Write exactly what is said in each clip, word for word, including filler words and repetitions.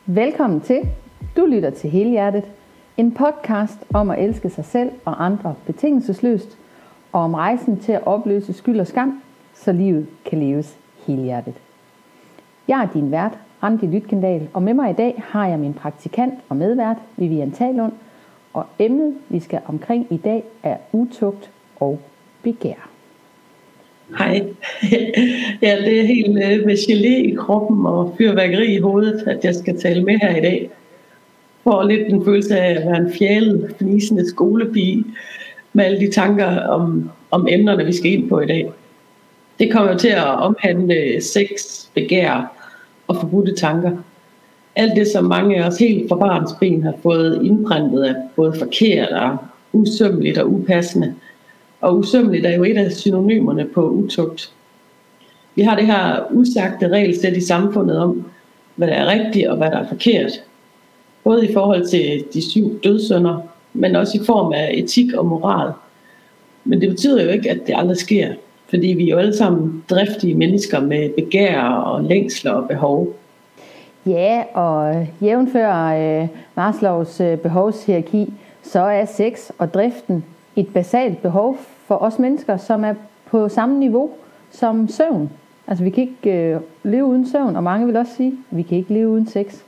Velkommen til. Du lytter til Helhjertet. En podcast om at elske sig selv og andre betingelsesløst, og om rejsen til at opløse skyld og skam, så livet kan leves helhjertet. Jeg er din vært, Randi Lytkendal, og med mig i dag har jeg min praktikant og medvært, Vivian Talund, og emnet, vi skal omkring i dag, er utugt og begær. Hej. Ja, det er helt med gelé i kroppen og fyrværkeri i hovedet, at jeg skal tale med her i dag. For lidt en følelse af at være en fjælet, fnisende skolepige med alle de tanker om, om emnerne, vi skal ind på i dag. Det kommer jo til at omhandle sex, begær og forbudte tanker. Alt det, som mange af os helt fra barns ben har fået indprintet af både forkert og usømmeligt og upassende. Og usømmeligt er jo et af synonymerne på utugt. Vi har det her usagte regelsæt i samfundet om, hvad der er rigtigt og hvad der er forkert. Både i forhold til de syv dødssynder, men også i form af etik og moral. Men det betyder jo ikke, at det aldrig sker. Fordi vi er jo alle sammen driftige mennesker med begær og længsler og behov. Ja, og jævnfør øh, Maslows øh, behovshierarki, så er sex og driften et basalt behov for os mennesker, som er på samme niveau som søvn. Altså vi kan ikke øh, leve uden søvn, og mange vil også sige, at vi kan ikke leve uden sex.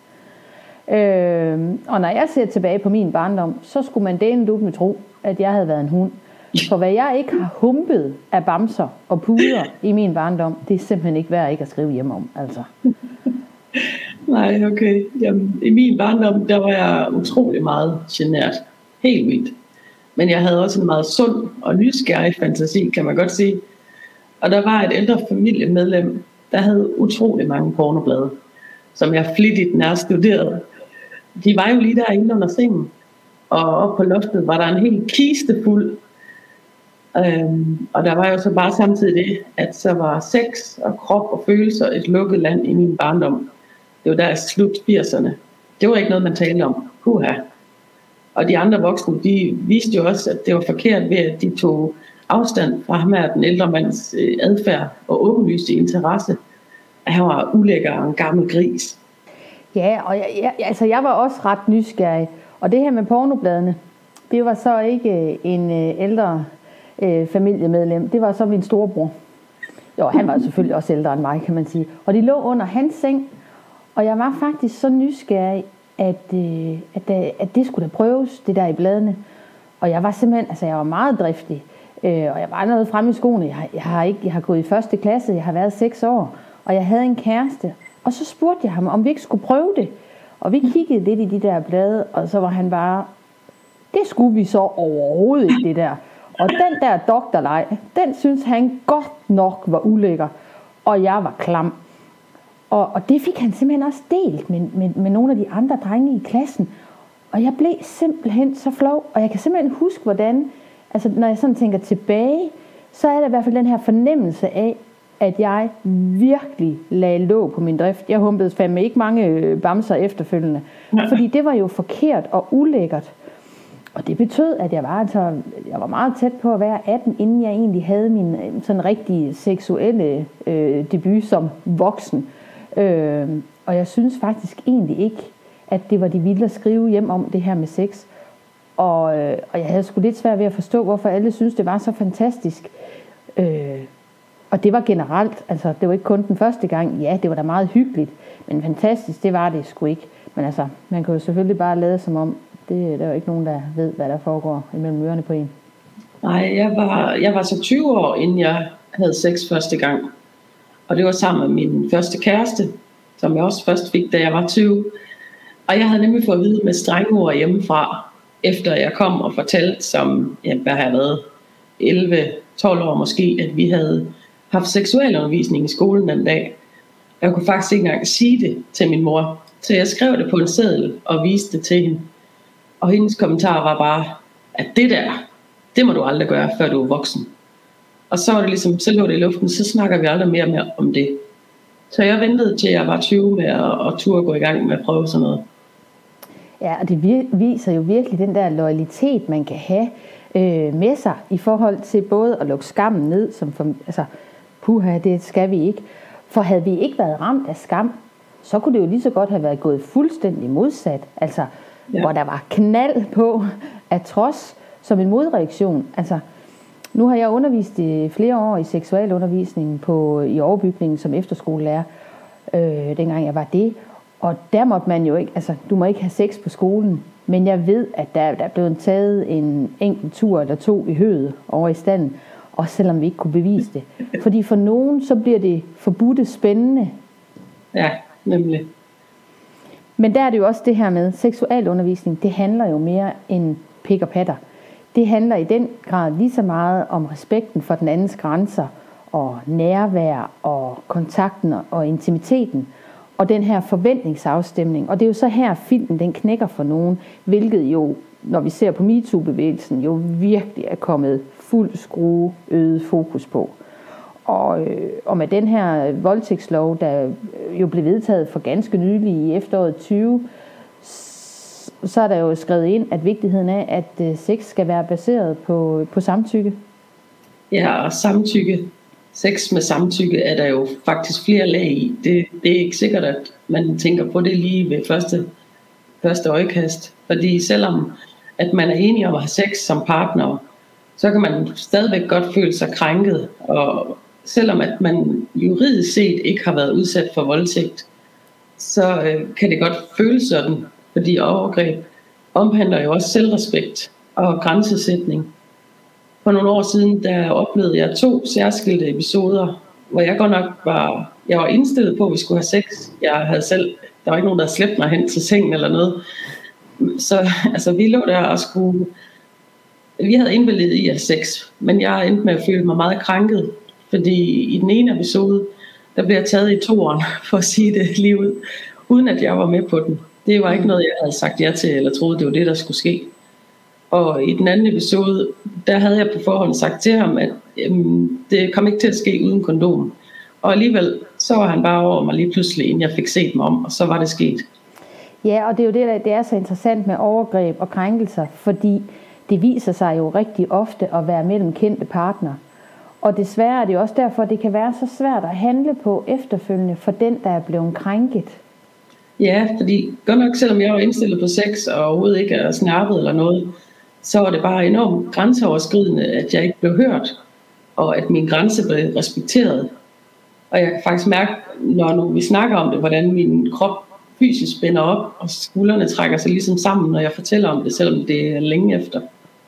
Øh, og når jeg ser tilbage på min barndom, så skulle man dele ud med tro, at jeg havde været en hund. For hvad jeg ikke har humpet af bamser og puder i min barndom, det er simpelthen ikke værd ikke at skrive hjem om. Altså. Nej, okay. Jamen, i min barndom, der var jeg utrolig meget genert. Helt vildt. Men jeg havde også en meget sund og nysgerrig fantasi, kan man godt sige. Og der var et ældre familiemedlem, der havde utrolig mange pornoblade, som jeg flittigt nærstuderede. De var jo lige derinde under sengen, og oppe på loftet var der en hel kiste fuld. Øhm, og der var jo så bare samtidig det, at så var sex og krop og følelser et lukket land i min barndom. Det var der i slut firserne. Det var ikke noget, man talte om. Puha. Og de andre voksne, de viste jo også, at det var forkert ved, at de tog afstand fra ham af den ældre mands adfærd og åbenlyste interesse, at han var ulækker og en gammel gris. Ja, og jeg, jeg, altså jeg var også ret nysgerrig. Og det her med pornobladene, det var så ikke en ældre øh, familiemedlem. Det var så min storebror. Jo, han var selvfølgelig også ældre end mig, kan man sige. Og de lå under hans seng, og jeg var faktisk så nysgerrig, at, øh, at, at det skulle da prøves, det der i bladene. Og jeg var simpelthen, altså jeg var meget driftig, øh, og jeg var noget fremme i skoene. Jeg, jeg, har ikke, jeg har gået i første klasse, jeg har været seks år, og jeg havde en kæreste. Og så spurgte jeg ham, om vi ikke skulle prøve det. Og vi kiggede lidt i de der blade, og så var han bare, det skulle vi så overhovedet ikke, det der. Og den der doktorleg, den synes han godt nok var ulækker, og jeg var klam. Og, og det fik han simpelthen også delt med, med, med nogle af de andre drenge i klassen. Og jeg blev simpelthen så flov, og jeg kan simpelthen huske, hvordan, altså når jeg sådan tænker tilbage, så er der i hvert fald den her fornemmelse af, at jeg virkelig lagde låg på min drift. Jeg humpede fandme ikke mange bamser efterfølgende, fordi det var jo forkert og ulækkert. Og det betød, at jeg var, altså, jeg var meget tæt på at være atten, inden jeg egentlig havde min sådan rigtig seksuelle øh, debut som voksen. Øh, og jeg synes faktisk egentlig ikke, at det var de vilde at skrive hjem om det her med sex. Og, øh, og jeg havde sgu lidt svært ved at forstå, hvorfor alle synes det var så fantastisk. Øh, og det var generelt, altså det var ikke kun den første gang. Ja, det var da meget hyggeligt, men fantastisk, det var det sgu ikke. Men altså, man kan jo selvfølgelig bare lade som om, det der er jo ikke nogen, der ved, hvad der foregår imellem ørerne på en. Nej, jeg var, jeg var så tyve år, inden jeg havde sex første gang. Og det var sammen med min første kæreste, som jeg også først fik, da jeg var tyve. Og jeg havde nemlig fået at vide med strenge ord hjemmefra, efter jeg kom og fortalte, som jeg bare havde været elleve tolv år måske, at vi havde haft seksualundervisning i skolen den dag. Jeg kunne faktisk ikke engang sige det til min mor. Så jeg skrev det på en seddel og viste det til hende. Og hendes kommentar var bare, at det der, det må du aldrig gøre, før du er voksen. Og så var det ligesom, så lå det i luften, så snakker vi aldrig mere, mere om det. Så jeg ventede til jeg var tyve med at, at turde gå i gang med at prøve sådan noget. Ja, og det viser jo virkelig den der loyalitet, man kan have øh, med sig, i forhold til både at lukke skammen ned, som for, altså, puha, det skal vi ikke. For havde vi ikke været ramt af skam, så kunne det jo lige så godt have været gået fuldstændig modsat. Altså, Ja. hvor der var knald på af trods som en modreaktion. Altså, nu har jeg undervist i flere år i seksualundervisningen på, i overbygningen som efterskolelærer, øh, dengang jeg var det. Og der måtte man jo ikke, altså du må ikke have sex på skolen, men jeg ved, at der, der er blevet taget en enkelt tur eller to i høet over i standen, også selvom vi ikke kunne bevise det. Fordi for nogen, så bliver det forbudte spændende. Ja, nemlig. Men der er det jo også det her med, seksualundervisning, det handler jo mere end pik og patter. Det handler i den grad lige så meget om respekten for den andens grænser, og nærvær, og kontakten og intimiteten, og den her forventningsafstemning. Og det er jo så her, filmen den knækker for nogen, hvilket jo, når vi ser på MeToo-bevægelsen, jo virkelig er kommet fuld skrue øget fokus på. Og, øh, og med den her voldtægtslov, der jo blev vedtaget for ganske nylig i efteråret tyve, så er der jo skrevet ind, at vigtigheden af, at øh, sex skal være baseret på, på samtykke. Ja, og samtykke, sex med samtykke, er der jo faktisk flere lag i. Det, det er ikke sikkert, at man tænker på det lige ved første, første øjekast. Fordi selvom at man er enig om at have sex som partner, så kan man stadigvæk godt føle sig krænket. Og selvom at man juridisk set ikke har været udsat for voldtægt, så øh, kan det godt føles sådan, fordi overgreb omhandler jo også selvrespekt og grænsesætning. For nogle år siden, der oplevede jeg to særskilte episoder, hvor jeg godt nok var, jeg var indstillet på, at vi skulle have sex. Jeg havde selv, der var ikke nogen, der slæbte mig hen til sengen eller noget. Så altså, vi lå der og skulle, vi havde indvilliget i at have sex, men jeg endte med at føle mig meget krænket, fordi i den ene episode, der blev jeg taget i toeren, for at sige det lige ud, uden at jeg var med på den. Det var ikke noget, jeg havde sagt ja til, eller troede, det var det, der skulle ske. Og i den anden episode, der havde jeg på forhånd sagt til ham, at øhm, det kom ikke til at ske uden kondom. Og alligevel, så var han bare over mig lige pludselig, inden jeg fik set mig om, og så var det sket. Ja, og det er jo det, der det er så interessant med overgreb og krænkelser, fordi det viser sig jo rigtig ofte at være mellem kendte partner. Og desværre er det jo også derfor, at det kan være så svært at handle på efterfølgende for den, der er blevet krænket. Ja, fordi godt nok, selvom jeg var indstillet på sex og overhovedet ikke er snappet eller noget, så var det bare enormt grænseoverskridende, at jeg ikke blev hørt, og at min grænse blev respekteret. Og jeg kan faktisk mærke, når nu vi snakker om det, hvordan min krop fysisk spænder op, og skuldrene trækker sig ligesom sammen, når jeg fortæller om det, selvom det er længe efter.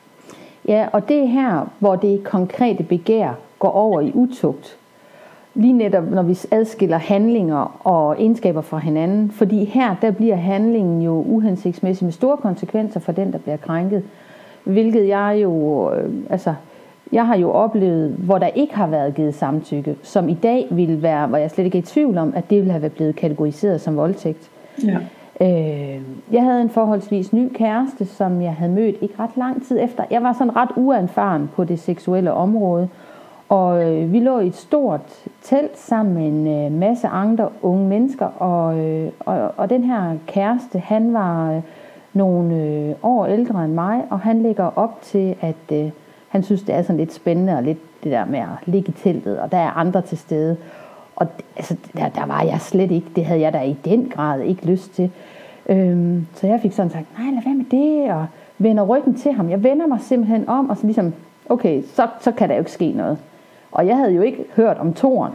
Ja, og det er her, hvor det konkrete begær går over i utugt. Lige netop, når vi adskiller handlinger og egenskaber fra hinanden. Fordi her, der bliver handlingen jo uhensigtsmæssig med store konsekvenser for den, der bliver krænket. Hvilket jeg jo, øh, altså, jeg har jo oplevet, hvor der ikke har været givet samtykke, som i dag ville være, hvor jeg slet ikke er i tvivl om, at det ville have blevet kategoriseret som voldtægt. Ja. Øh, jeg havde en forholdsvis ny kæreste, som jeg havde mødt ikke ret lang tid efter. Jeg var sådan ret uerfaren på det seksuelle område, og øh, vi lå i et stort telt sammen med en øh, masse andre unge mennesker, og, øh, og, og den her kæreste, han var øh, nogle øh, år ældre end mig, og han lægger op til, at øh, han synes, det er sådan lidt spændende, og lidt det der med at ligge i teltet, og der er andre til stede. Og altså, der, der var jeg slet ikke, det havde jeg da i den grad ikke lyst til. Øhm, så jeg fik sådan sagt, nej, lad være med det, og vender ryggen til ham. Jeg vender mig simpelthen om, og så ligesom, okay, så, så kan der jo ikke ske noget. Og jeg havde jo ikke hørt om toren.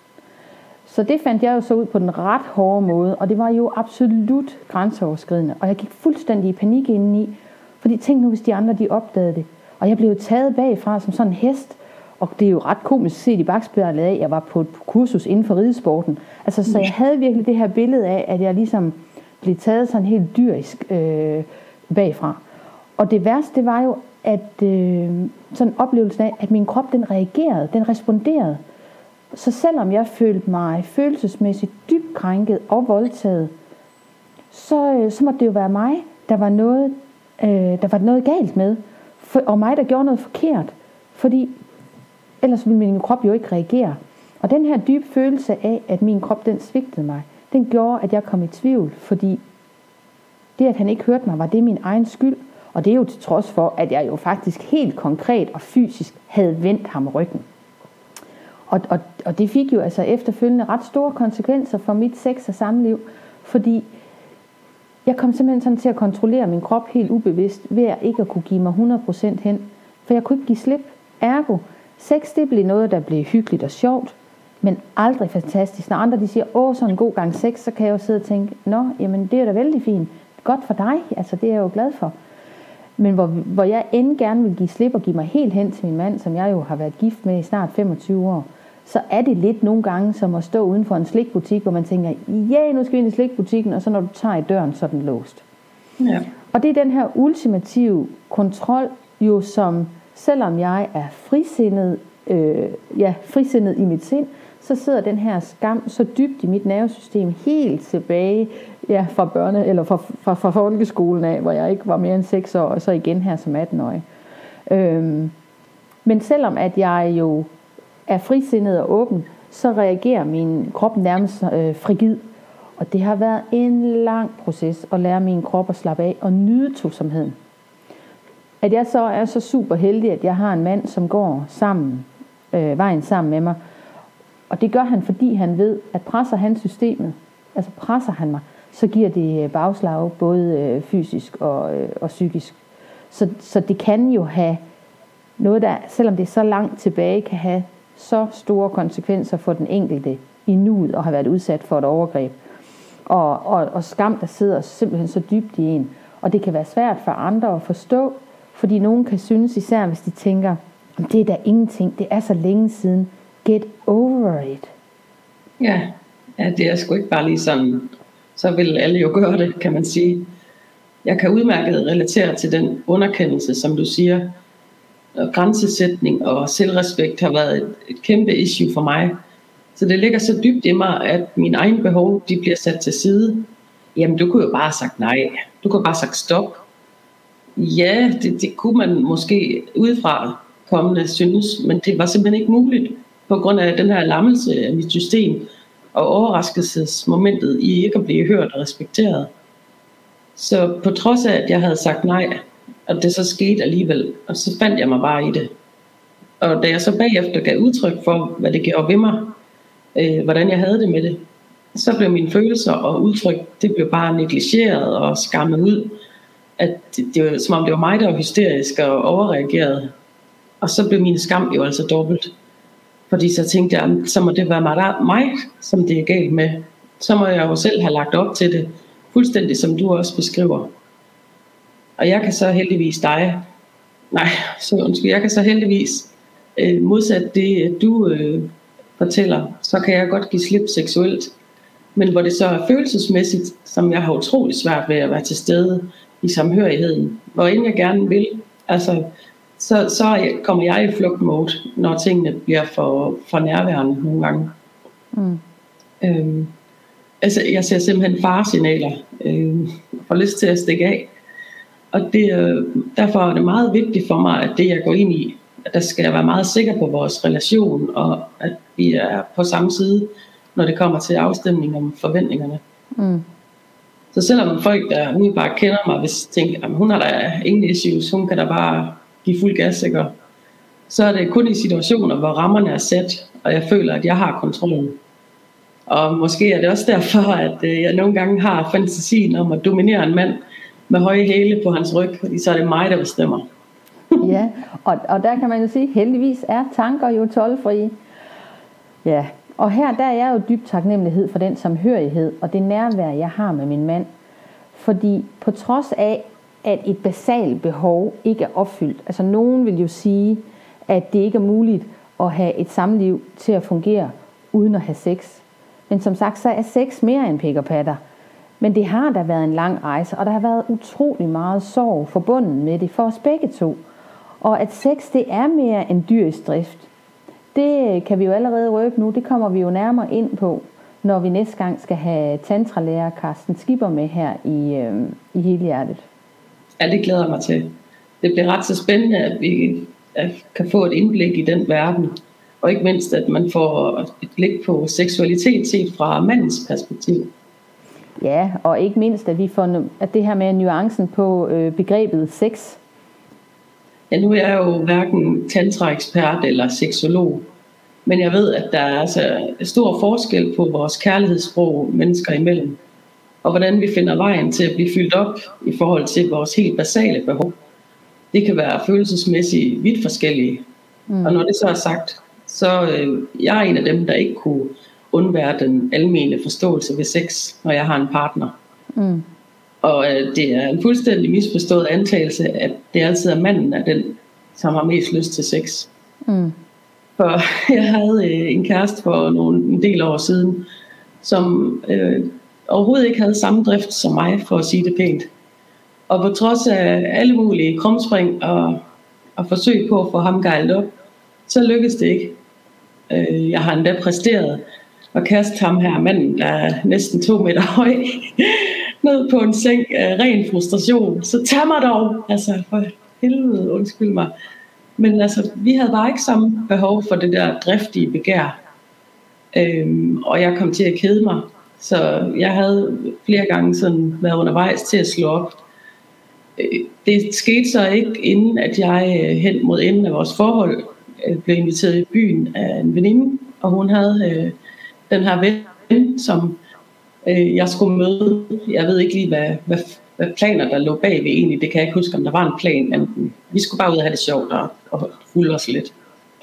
Så det fandt jeg jo så ud på den ret hårde måde, og det var jo absolut grænseoverskridende. Og jeg gik fuldstændig i panik indeni, fordi tænk nu, hvis de andre de opdagede det. Og jeg blev jo taget bagfra som sådan en hest, og det er jo ret komisk set i bakspejlet af, at jeg var på et kursus inden for ridesporten. Altså, så jeg havde virkelig det her billede af, at jeg ligesom blev taget sådan helt dyrisk øh, bagfra. Og det værste, det var jo, at øh, sådan oplevelsen af, at min krop, den reagerede, den responderede. Så selvom jeg følte mig følelsesmæssigt dybt krænket og voldtaget, så, øh, så måtte det jo være mig, der var noget, øh, der var noget galt med. For, og mig, der gjorde noget forkert. Fordi ellers ville min krop jo ikke reagere. Og den her dybe følelse af, at min krop, den svigtede mig, den gjorde, at jeg kom i tvivl. Fordi det, at han ikke hørte mig, var det min egen skyld. Og det er jo til trods for, at jeg jo faktisk helt konkret og fysisk havde vendt ham ryggen. Og, og, og det fik jo altså efterfølgende ret store konsekvenser for mit sex- og samliv, fordi jeg kom simpelthen sådan til at kontrollere min krop helt ubevidst, ved at ikke at kunne give mig hundrede procent hen. For jeg kunne ikke give slip. Ergo, sex det blev noget, der blev hyggeligt og sjovt, men aldrig fantastisk. Når andre de siger, åh, så en god gang sex, så kan jeg jo sidde og tænke, nå, jamen det er da vældig fint. Godt for dig, altså det er jeg jo glad for. Men hvor, hvor jeg end gerne vil give slip og give mig helt hen til min mand, som jeg jo har været gift med i snart femogtyve år, så er det lidt nogle gange som at stå uden for en slikbutik, hvor man tænker, ja, nu skal vi ind i slikbutikken, og så når du tager i døren, så er den låst. Ja. Og det er den her ultimative kontrol, jo som, selvom jeg er frisindet, øh, ja, frisindet i mit sind, så sidder den her skam så dybt i mit nervesystem, helt tilbage ja, fra børne eller fra, fra, fra folkeskolen af, hvor jeg ikke var mere end seks år, og så igen her som atten-årig. Øhm, men selvom at jeg jo er frisindet og åben, så reagerer min krop nærmest øh, frigid. Og det har været en lang proces at lære min krop at slappe af og nyde tosomheden. At jeg så er så super heldig, at jeg har en mand, som går sammen, øh, vejen sammen med mig. Og det gør han, fordi han ved, at presser han systemet, altså presser han mig, så giver det bagslag, både øh, fysisk og, øh, og psykisk. Så, så det kan jo have noget, der, selvom det er så langt tilbage, kan have så store konsekvenser for den enkelte i nuet og har været udsat for et overgreb. Og, og, og skam, der sidder simpelthen så dybt i en. Og det kan være svært for andre at forstå, fordi nogen kan synes, især hvis de tænker, det er da ingenting, det er så længe siden. Get over it. Ja, ja, det er sgu ikke bare lige sådan, så vil alle jo gøre det, kan man sige. Jeg kan udmærket relatere til den underkendelse, som du siger. Og grænsesætning og selvrespekt har været et, et kæmpe issue for mig. Så det ligger så dybt i mig, at mine egne behov, de bliver sat til side. Jamen, du kunne jo bare have sagt nej. Du kunne bare have sagt stop. Ja, det, det kunne man måske udefra kommende synes, men det var simpelthen ikke muligt, på grund af den her lammelse af mit system, og overraskelsesmomentet i ikke at blive hørt og respekteret. Så på trods af, at jeg havde sagt nej, og det så skete alligevel, og så fandt jeg mig bare i det. Og da jeg så bagefter gav udtryk for, hvad det gjorde ved mig, øh, hvordan jeg havde det med det, så blev mine følelser og udtryk, det blev bare negligeret og skammet ud. At det, det var, som om det var mig, der var hysterisk og overreagerede. Og så blev min skam jo altså dobbelt. Fordi så tænkte jeg, så må det være mig, mig, som det er galt med. Så må jeg jo selv have lagt op til det, fuldstændig som du også beskriver. Og jeg kan så heldigvis dig, nej, så undskyld, jeg kan så heldigvis øh, modsat det, du øh, fortæller, så kan jeg godt give slip seksuelt. Men hvor det så er følelsesmæssigt, som jeg har utrolig svært ved at være til stede i samhørigheden. Hvor end jeg gerne vil, altså, så, så kommer jeg i flugtmode, når tingene bliver for, for nærværende nogle gange. Mm. Øhm, altså, jeg ser simpelthen faresignaler, øh, og får lyst til at stikke af. Og det, øh, derfor er det meget vigtigt for mig, at det jeg går ind i, at der skal jeg være meget sikker på vores relation, og at vi er på samme side, når det kommer til afstemning om forventningerne. Mm. Så selvom folk, der nu bare kender mig, hvis de tænker, at hun har da ingen issues, hun kan da bare give fuld gas, ikke? Så er det kun i situationer, hvor rammerne er sat, og jeg føler, at jeg har kontrollen. Og måske er det også derfor, at jeg nogle gange har fantasien om at dominere en mand med høje hæle på hans ryg, fordi så er det mig, der bestemmer. Ja, og, og der kan man jo sige, heldigvis er tanker jo toldfrie. Ja, og her der er jeg jo dybt taknemmelighed for den samhørighed og det nærvær, jeg har med min mand. Fordi på trods af, at et basalt behov ikke er opfyldt, altså nogen vil jo sige, at det ikke er muligt at have et samliv til at fungere uden at have sex. Men som sagt, så er sex mere end pik og patter. Men det har da været en lang rejse, og der har været utrolig meget sorg forbundet med det for os begge to. Og at sex, det er mere end dyrisk drift. Det kan vi jo allerede røbe nu, det kommer vi jo nærmere ind på, når vi næste gang skal have tantralærer Carsten Skipper med her i, øh, i Hele Hjertet. Ja, det glæder mig til. Det bliver ret så spændende, at vi at kan få et indblik i den verden. Og ikke mindst, at man får et blik på seksualitet set fra mandens perspektiv. Ja, og ikke mindst, at vi får at det her med nuancen på øh, begrebet sex. Ja, nu er jeg jo hverken tantra-ekspert eller seksolog. Men jeg ved, at der er altså stor forskel på vores kærlighedssprog mennesker imellem, og hvordan vi finder vejen til at blive fyldt op i forhold til vores helt basale behov. Det kan være følelsesmæssigt vidt forskellige. Mm. Og når det så er sagt, så øh, jeg er en af dem, der ikke kunne undvære den almene forståelse ved sex, når jeg har en partner. Mm. Og øh, det er en fuldstændig misforstået antagelse, at det altid er manden af den, som har mest lyst til sex. Mm. For jeg havde øh, en kæreste for nogle, en del år siden, som øh, overhovedet ikke havde samme drift som mig, for at sige det pænt. Og på trods af alle mulige krumspring og, og forsøg på at få ham gejlet op, så lykkedes det ikke. Øh, jeg har endda præsteret at kaste ham her, manden, der er næsten to meter høj, ned på en seng af ren frustration. Så tag mig dog! Altså, for helvede, undskyld mig. Men altså, vi havde bare ikke samme behov for det der driftige begær. Øhm, og jeg kom til at kede mig. Så jeg havde flere gange sådan været undervejs til at slå op. Det skete så ikke, inden at jeg hen mod enden af vores forhold blev inviteret i byen af en veninde. Og hun havde øh, den her ven, som øh, jeg skulle møde. Jeg ved ikke lige, hvad, hvad, hvad planer der lå bagved egentlig. Det kan jeg ikke huske, om der var en plan. Men vi skulle bare ud og have det sjovt og, og fulde os lidt.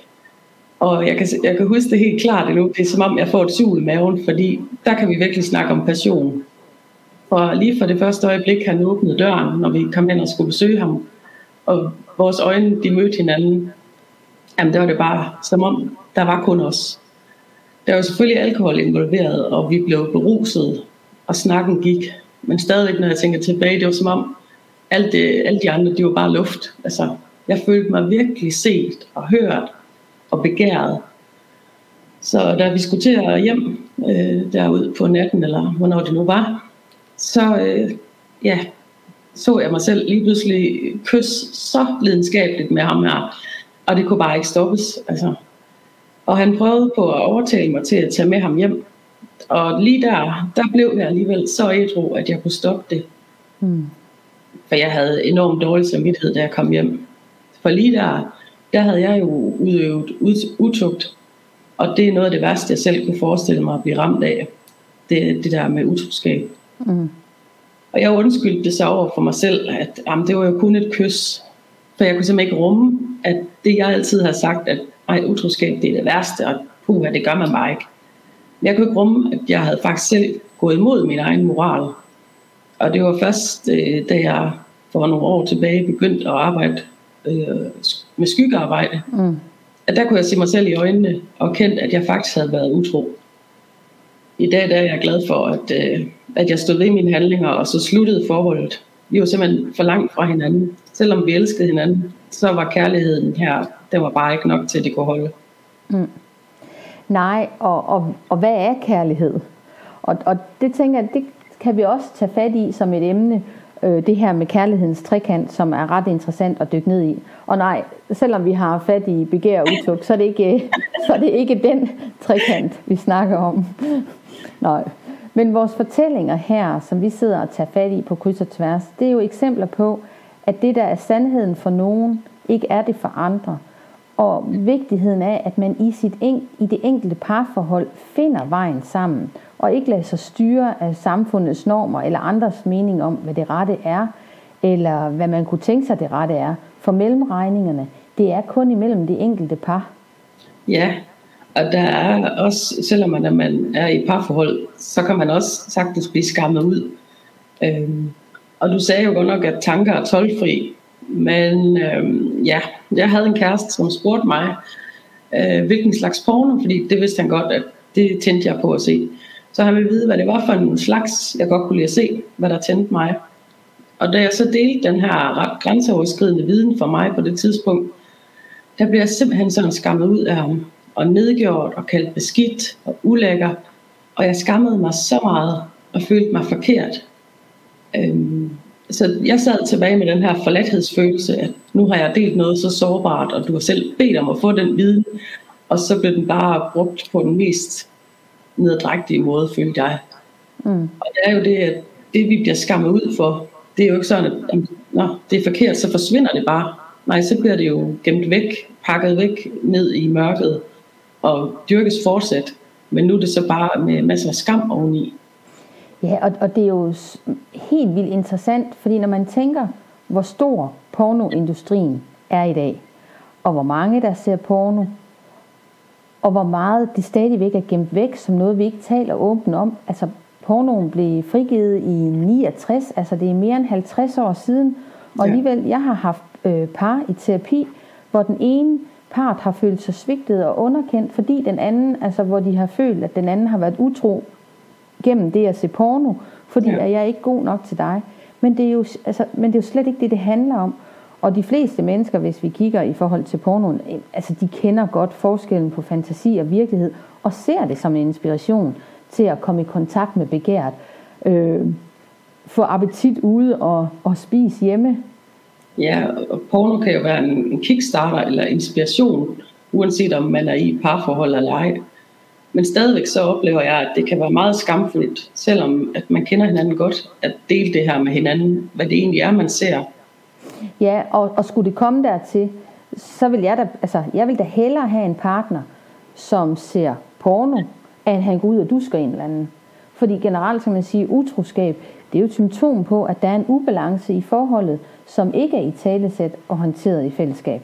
Og jeg kan, jeg kan huske det helt klart endnu. Det er som om, jeg får et sug i maven, fordi der kan vi virkelig snakke om passion. For lige for det første øjeblik, han åbnede døren, når vi kom hen og skulle besøge ham, og vores øjne, de mødte hinanden, jamen der var det bare som om, der var kun os. Der var selvfølgelig alkohol involveret, og vi blev beruset, og snakken gik. Men stadigvæk, når jeg tænker tilbage, det var som om, alt det, alle de andre, de var bare luft. Altså, jeg følte mig virkelig set og hørt og begæret. Så da vi skulle til at hjem øh, derude på natten, eller hvornår det nu var, så øh, ja, så jeg mig selv lige pludselig kysse så lidenskabeligt med ham her, og det kunne bare ikke stoppes. Altså. Og han prøvede på at overtale mig til at tage med ham hjem, og lige der, der blev jeg alligevel så ædru, at jeg kunne stoppe det. Mm. For jeg havde enormt dårlig samvittighed, da jeg kom hjem. For lige der, der havde jeg jo udøvet utugt, og det er noget af det værste, jeg selv kunne forestille mig at blive ramt af. Det, det der med utroskab. Mm. Og jeg undskyldte det så over for mig selv, at jamen, det var jo kun et kys. For jeg kunne simpelthen ikke rumme, at det jeg altid har sagt, at ej, utroskab det er det værste, og puha, det gør man bare ikke. Jeg kunne ikke rumme, at jeg havde faktisk selv gået imod min egen moral. Og det var først, øh, da jeg for nogle år tilbage begyndte at arbejde øh, med skyggearbejde, mm. at der kunne jeg se mig selv i øjnene og kendte, at jeg faktisk havde været utro. I dag der er jeg glad for, at, øh, at jeg stod ved mine handlinger, og så sluttede forholdet. Vi var simpelthen for langt fra hinanden. Selvom vi elskede hinanden, så var kærligheden her, den var bare ikke nok til, at det kunne holde. Mm. Nej, og, og, og hvad er kærlighed? Og, og det tænker jeg, det kan vi også tage fat i som et emne, øh, det her med kærlighedens trekant, som er ret interessant at dykke ned i. Og nej, selvom vi har fat i begær og utugt, så er det ikke, så er det ikke den trekant, vi snakker om. Nej. Men vores fortællinger her, som vi sidder og tager fat i på kryds og tværs, det er jo eksempler på, at det der er sandheden for nogen, ikke er det for andre. Og vigtigheden af, at man i, sit en, i det enkelte parforhold finder vejen sammen, og ikke lader sig styre af samfundets normer eller andres mening om, hvad det rette er, eller hvad man kunne tænke sig det rette er. For mellemregningerne, det er kun imellem det enkelte par. Ja, og der er også, selvom man, man er i parforhold, så kan man også sagtens blive skammet ud. Øhm, og du sagde jo godt nok, at tanker er toldfri. Men øhm, ja, jeg havde en kæreste, som spurgte mig, øh, hvilken slags porno, fordi det vidste han godt, at det tændte jeg på at se. Så han ville vide, hvad det var for en slags, jeg godt kunne lide at se, hvad der tændte mig. Og da jeg så delte den her ret grænseoverskridende viden for mig på det tidspunkt, der blev jeg simpelthen sådan skammet ud af ham, og nedgjort og kaldt beskidt og ulækker. Og jeg skammede mig så meget og følte mig forkert. Øhm, Så jeg sad tilbage med den her forladthedsfølelse, at nu har jeg delt noget så sårbart, og du har selv bedt om at få den viden, og så blev den bare brugt på den mest neddrægtige måde, følte jeg. Mm. Og det er jo det, at det vi bliver skammet ud for, det er jo ikke sådan, at når det er forkert, så forsvinder det bare. Nej, så bliver det jo gemt væk, pakket væk ned i mørket, og dyrkes fortsat. Men nu er det så bare med masser af skam oveni. Ja, og, og det er jo helt vildt interessant, fordi når man tænker, hvor stor pornoindustrien er i dag, og hvor mange der ser porno, og hvor meget det stadigvæk er gemt væk som noget, vi ikke taler åbent om. Altså, pornoen blev frigivet i niogtres, altså det er mere end halvtreds år siden, og alligevel, jeg har haft øh, par i terapi, hvor den ene part har følt sig svigtet og underkendt, fordi den anden, altså hvor de har følt, at den anden har været utro gennem det at se porno, fordi ja. jeg er ikke god nok til dig. Men det, er jo, altså, men det er jo slet ikke det, det handler om. Og de fleste mennesker, hvis vi kigger i forhold til pornoen, altså de kender godt forskellen på fantasi og virkelighed, og ser det som en inspiration til at komme i kontakt med begæret. Øh, få appetit ude og, og spise hjemme. Ja, og porno kan jo være en kickstarter eller inspiration, uanset om man er i et parforhold eller ej. Men stadigvæk så oplever jeg, at det kan være meget skamfuldt, selvom at man kender hinanden godt, at dele det her med hinanden, hvad det egentlig er, man ser. Ja, og, og skulle det komme dertil, så vil jeg da, altså, jeg vil da hellere have en partner, som ser porno, end han går ud og dusker en eller anden. Fordi generelt, kan man sige, utroskab, det er jo et symptom på, at der er en ubalance i forholdet, som ikke er i talesæt og håndteret i fællesskab.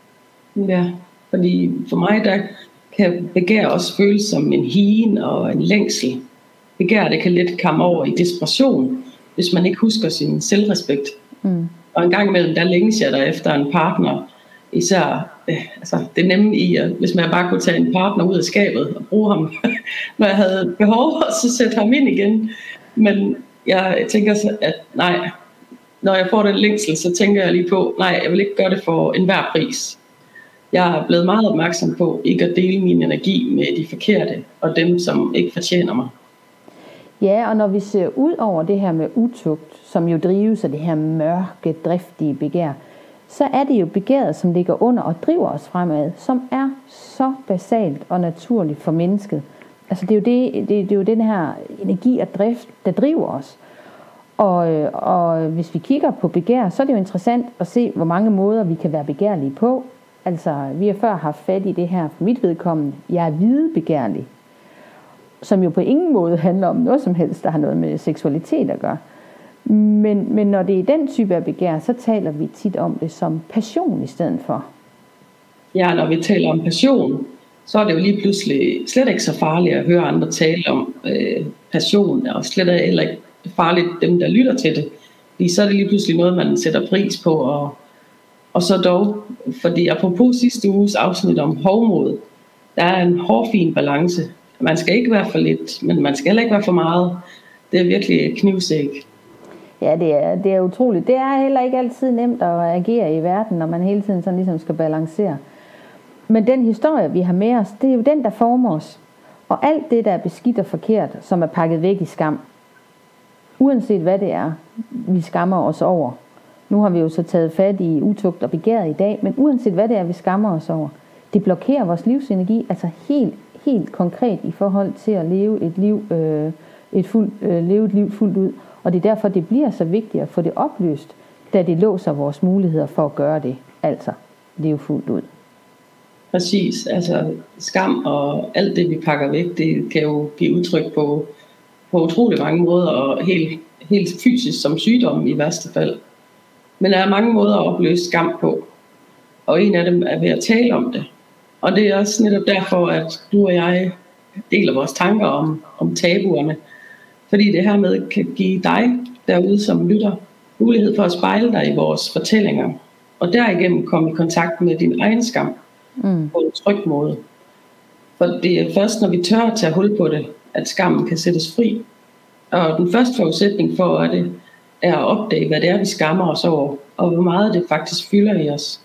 Ja, fordi for mig, der kan begær også føles som en higen og en længsel. Begær, det kan lidt komme over i desperation, hvis man ikke husker sin selvrespekt. Mm. Og en gang imellem, der længes jeg der efter en partner, især øh, altså det nemme i, at hvis man bare kunne tage en partner ud af skabet og bruge ham, når jeg havde behov, og så sætte ham ind igen. Men jeg tænker så, at nej, når jeg får den længsel, så tænker jeg lige på, nej, jeg vil ikke gøre det for enhver pris. Jeg er blevet meget opmærksom på ikke at dele min energi med de forkerte, og dem, som ikke fortjener mig. Ja, og når vi ser ud over det her med utugt, som jo drives af det her mørke, driftige begær, så er det jo begæret, som ligger under og driver os fremad, som er så basalt og naturligt for mennesket. Altså det er jo, det, det, det er jo den her energi og drift, der driver os. Og, og hvis vi kigger på begær, så er det jo interessant at se, hvor mange måder vi kan være begærlige på. Altså vi har før haft fat i det her for mit vedkommende, jeg er videbegærlig, som jo på ingen måde handler om noget som helst, der har noget med seksualitet at gøre. Men, men når det er den type af begær, så taler vi tit om det som passion i stedet for. Ja, når vi taler om passion, så er det jo lige pludselig slet ikke så farligt at høre andre tale om øh, passion, og slet heller ikke farligt dem, der lytter til det. Fordi så er det lige pludselig noget, man sætter pris på, og, og så dog, fordi apropos sidste uges afsnit om hovmod, der er en hårfin balance. Man skal ikke være for lidt, men man skal heller ikke være for meget. Det er virkelig et knivsæg. Ja, det er, det er utroligt. Det er heller ikke altid nemt at agere i verden, når man hele tiden sådan ligesom skal balancere. Men den historie, vi har med os, det er jo den, der former os. Og alt det, der er beskidt og forkert, som er pakket væk i skam, uanset hvad det er, vi skammer os over. Nu har vi jo så taget fat i utugt og begæret i dag, men uanset hvad det er, vi skammer os over, det blokerer vores livsenergi, altså helt, helt konkret i forhold til at leve et liv, øh, et fuld, øh, leve et liv fuldt ud. Og det er derfor, det bliver så vigtigt at få det opløst, da det låser vores muligheder for at gøre det, altså leve fuldt ud. Præcis, altså skam og alt det, vi pakker væk, det kan jo give udtryk på, på utrolig mange måder, og helt, helt fysisk som sygdom i værste fald. Men der er mange måder at opløse skam på, og en af dem er ved at tale om det. Og det er også netop derfor, at du og jeg deler vores tanker om, om tabuerne, fordi det hermed kan give dig derude som lytter mulighed for at spejle dig i vores fortællinger, og derigennem komme i kontakt med din egen skam mm. på en tryg måde. For det er først, når vi tør at tage hul på det, at skammen kan sættes fri. Og den første forudsætning for at det er at opdage, hvad det er, vi skammer os over, og hvor meget det faktisk fylder i os.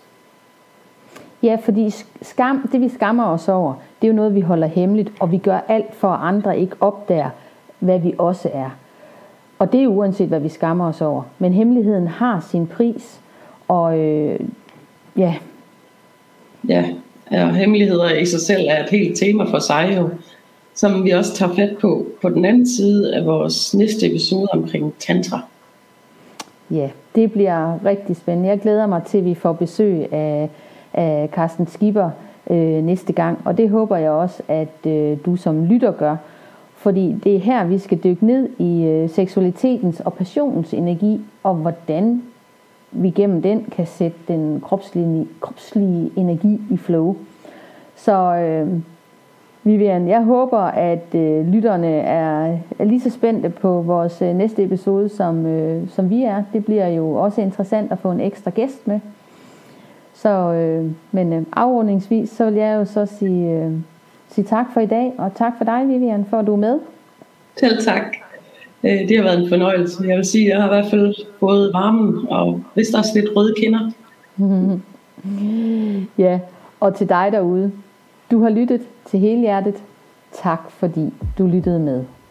Ja, fordi skam, det vi skammer os over, det er jo noget, vi holder hemmeligt, og vi gør alt for, at andre ikke opdager, hvad vi også er. Og det er uanset, hvad vi skammer os over. Men hemmeligheden har sin pris, og øh, ja. Ja, og hemmeligheder i sig selv er et helt tema for sig jo, som vi også tager fat på på den anden side af vores næste episode omkring tantra. Ja, det bliver rigtig spændende. Jeg glæder mig til, at vi får besøg af, af Carsten Skipper, øh, næste gang. Og det håber jeg også, at øh, du som lytter gør. Fordi det er her, vi skal dykke ned i øh, seksualitetens og passionens energi, og hvordan vi gennem den kan sætte den kropslige, kropslige energi i flow. Så øh, Vivian, jeg håber, at øh, lytterne er, er lige så spændte på vores øh, næste episode, som, øh, som vi er. Det bliver jo også interessant at få en ekstra gæst med. Så, øh, men øh, afrundingsvis, så vil jeg jo så sige, øh, sige tak for i dag, og tak for dig, Vivian, for at du er med. Selv tak. Det har været en fornøjelse. Jeg vil sige, at jeg har i hvert fald fået varmen, og vist også lidt røde kinder. Ja, og til dig derude. Du har lyttet til Helhjertet. Tak fordi du lyttede med.